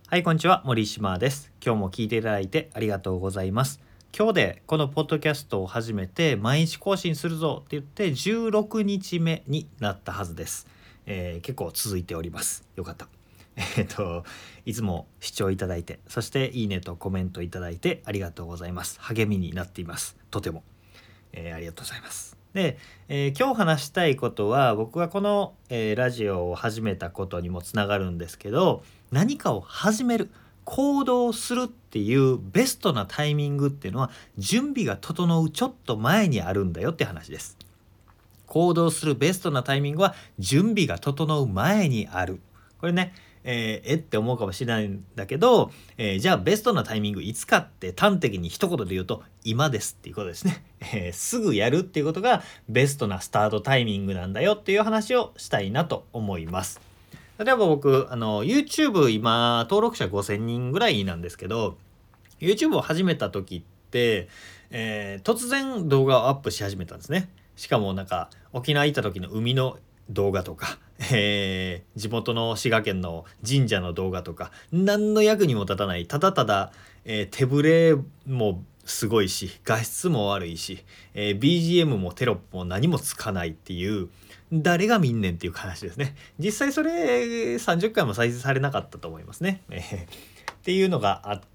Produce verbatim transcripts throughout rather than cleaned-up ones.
はい、こんにちは。森島です。今日も聞いていただいてありがとうございます。今日でこのポッドキャストを始めて毎日更新するぞって言ってじゅうろくにちめになったはずです。えー、結構続いております。よかった。えっと、いつも視聴いただいて、そしていいねとコメントいただいてありがとうございます。励みになっています。とても。えー、ありがとうございます。で、えー、今日話したいことは僕がこの、えー、ラジオを始めたことにもつながるんですけど、何かを始める行動するっていうベストなタイミングっていうのは準備が整うちょっと前にあるんだよって話です。行動するベストなタイミングは準備が整う前にある。これね、えー、えって思うかもしれないんだけど、えー、じゃあベストなタイミングいつかって端的に一言で言うと今ですっていうことですね、えー、すぐやるっていうことがベストなスタートタイミングなんだよっていう話をしたいなと思います。例えば僕あの YouTube 今登録者ごせんにんぐらいなんですけど、 YouTube を始めた時って、えー、突然動画をアップし始めたんですね。しかもなんか沖縄行った時の海の動画とか、えー、地元の滋賀県の神社の動画とか、何の役にも立たないただただ、えー、手ぶれもすごいし画質も悪いし、えー、ビージーエム もテロップも何もつかないっていう誰が見んねんっていう話ですね。実際それさんじゅっかいも再生されなかったと思いますね、えー、っていうのがあって、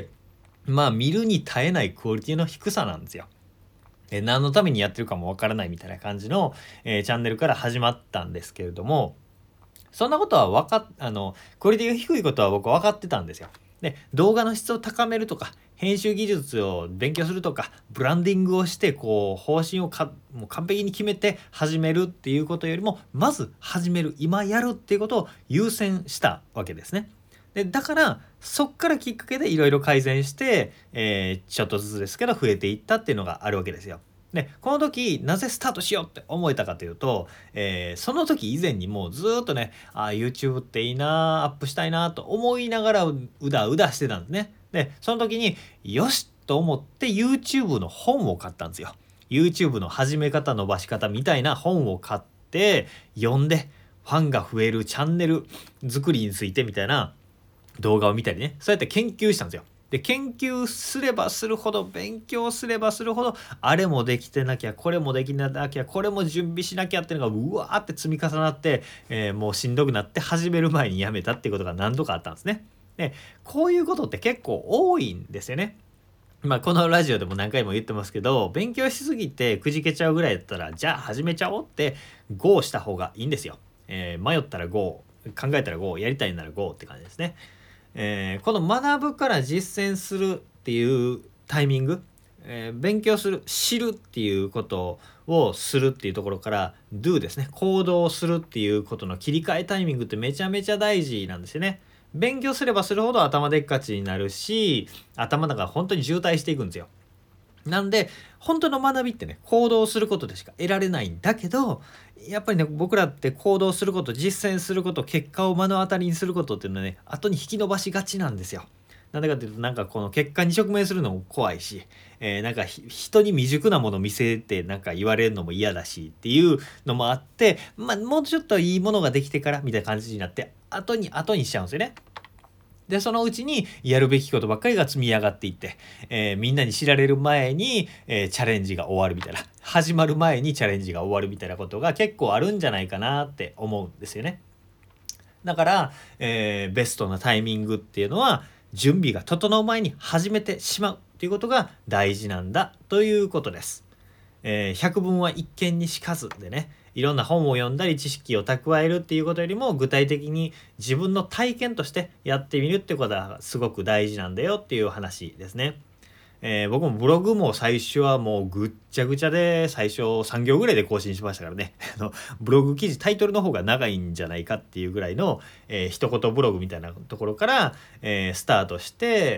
まあ見るに耐えないクオリティの低さなんですよ。えー、何のためにやってるかもわからないみたいな感じの、えー、チャンネルから始まったんですけれども、そんなことは分かっあのクオリティが低いことは僕は分かってたんですよ。で、動画の質を高めるとか編集技術を勉強するとかブランディングをしてこう方針をかもう完璧に決めて始めるっていうことよりも、まず始める、今やるっていうことを優先したわけですね。でだからそっからきっかけでいろいろ改善して、えー、ちょっとずつですけど増えていったっていうのがあるわけですよ。でこの時なぜスタートしようって思えたかというと、えー、その時以前にもうずっとね、あ YouTube っていいな、アップしたいなと思いながらうだうだしてたんですね。でその時によしと思って YouTube の本を買ったんですよ。 YouTube の始め方伸ばし方みたいな本を買って読んで、ファンが増えるチャンネル作りについてみたいな動画を見たりね、そうやって研究したんですよ。で研究すればするほど、勉強すればするほど、あれもできてなきゃこれもできなきゃこれも準備しなきゃっていうのがうわーって積み重なって、えー、もうしんどくなって始める前にやめたっていうことが何度かあったんですね。でこういうことって結構多いんですよね。まあこのラジオでも何回も言ってますけど、勉強しすぎてくじけちゃうぐらいだったら、じゃあ始めちゃおうって ゴー した方がいいんですよ。えー、迷ったら ゴー、 考えたら ゴー、 やりたいなら ゴー って感じですね。えー、この学ぶから実践するっていうタイミング、えー、勉強する、知るっていうことをするっていうところから do ですね、行動するっていうことの切り替えタイミングってめちゃめちゃ大事なんですよね。勉強すればするほど頭でっかちになるし、頭の中が本当に渋滞していくんですよ。なんで本当の学びってね、行動することでしか得られないんだけど、やっぱりね僕らって行動すること、実践すること、結果を目の当たりにすることっていうのはね、後に引き伸ばしがちなんですよ。なんでかっていうと、なんかこの結果に直面するのも怖いし、えー、なんか人に未熟なもの見せてなんか言われるのも嫌だしっていうのもあって、まあもうちょっといいものができてからみたいな感じになって後に後にしちゃうんですよね。でそのうちにやるべきことばっかりが積み上がっていって、えー、みんなに知られる前に、えー、チャレンジが終わるみたいな、始まる前にチャレンジが終わるみたいなことが結構あるんじゃないかなって思うんですよね。だから、えー、ベストなタイミングっていうのは準備が整う前に始めてしまうっていうことが大事なんだということです。えー、百聞は一見にしかずでね、いろんな本を読んだり知識を蓄えるっていうことよりも具体的に自分の体験としてやってみるってことはすごく大事なんだよっていう話ですね。えー、僕もブログも最初はもうぐっちゃぐちゃで最初さん行ぐらいで更新しましたからねあのブログ記事タイトルの方が長いんじゃないかっていうぐらいの、えー、一言ブログみたいなところから、えー、スタートして、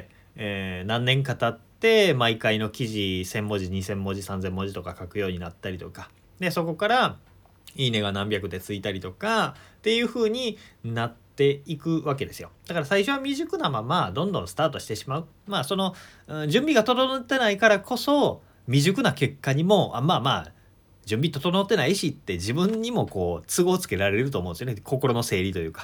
えー、何年か経って毎回の記事せんもじにせんもじさんぜんもじとか書くようになったりとかで、そこからいいねが何百でついたりとかっていう風になっていくわけですよ。だから最初は未熟なままどんどんスタートしてしまう。まあその、うん、準備が整ってないからこそ未熟な結果にもあまあまあ準備整ってないしって自分にもこう都合つけられると思うんですよね。心の整理というか。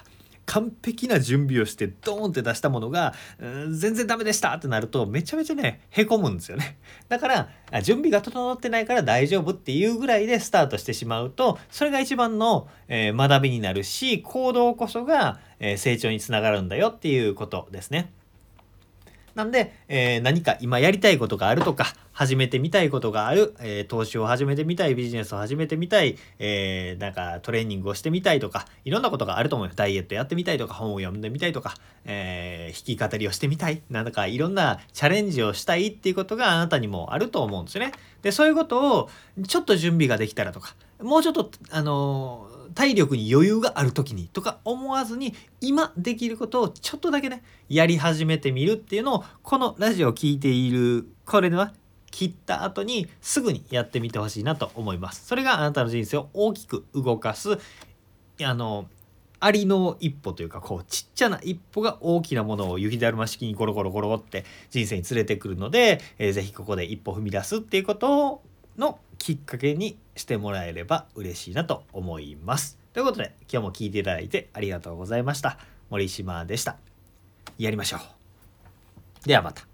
完璧な準備をしてドーンって出したものがうん全然ダメでしたってなるとめちゃめちゃねへこむんですよね。だからあ準備が整ってないから大丈夫っていうぐらいでスタートしてしまうとそれが一番の、えー学びになるし行動こそが、えー成長につながるんだよっていうことですね。なんで、えー何か今やりたいことがあるとか、始めてみたいことがある、えー投資を始めてみたい、ビジネスを始めてみたい、えーなんかトレーニングをしてみたいとか、いろんなことがあると思うよ。ダイエットやってみたいとか、本を読んでみたいとか、えー弾き語りをしてみたい。なんだかいろんなチャレンジをしたいっていうことがあなたにもあると思うんですよね。で、そういうことをちょっと準備ができたらとか、もうちょっと、あのー体力に余裕がある時にとか思わずに今できることをちょっとだけねやり始めてみるっていうのをこのラジオを聞いているこれでは切った後にすぐにやってみてほしいなと思います。それがあなたの人生を大きく動かすあのありの一歩というかこうちっちゃな一歩が大きなものを雪だるま式にゴロゴロゴロって人生に連れてくるので、えー、ぜひここで一歩踏み出すっていうことをのきっかけにしてもらえれば嬉しいなと思います。ということで今日も聞いていただいてありがとうございました。森島でした。やりましょう。ではまた。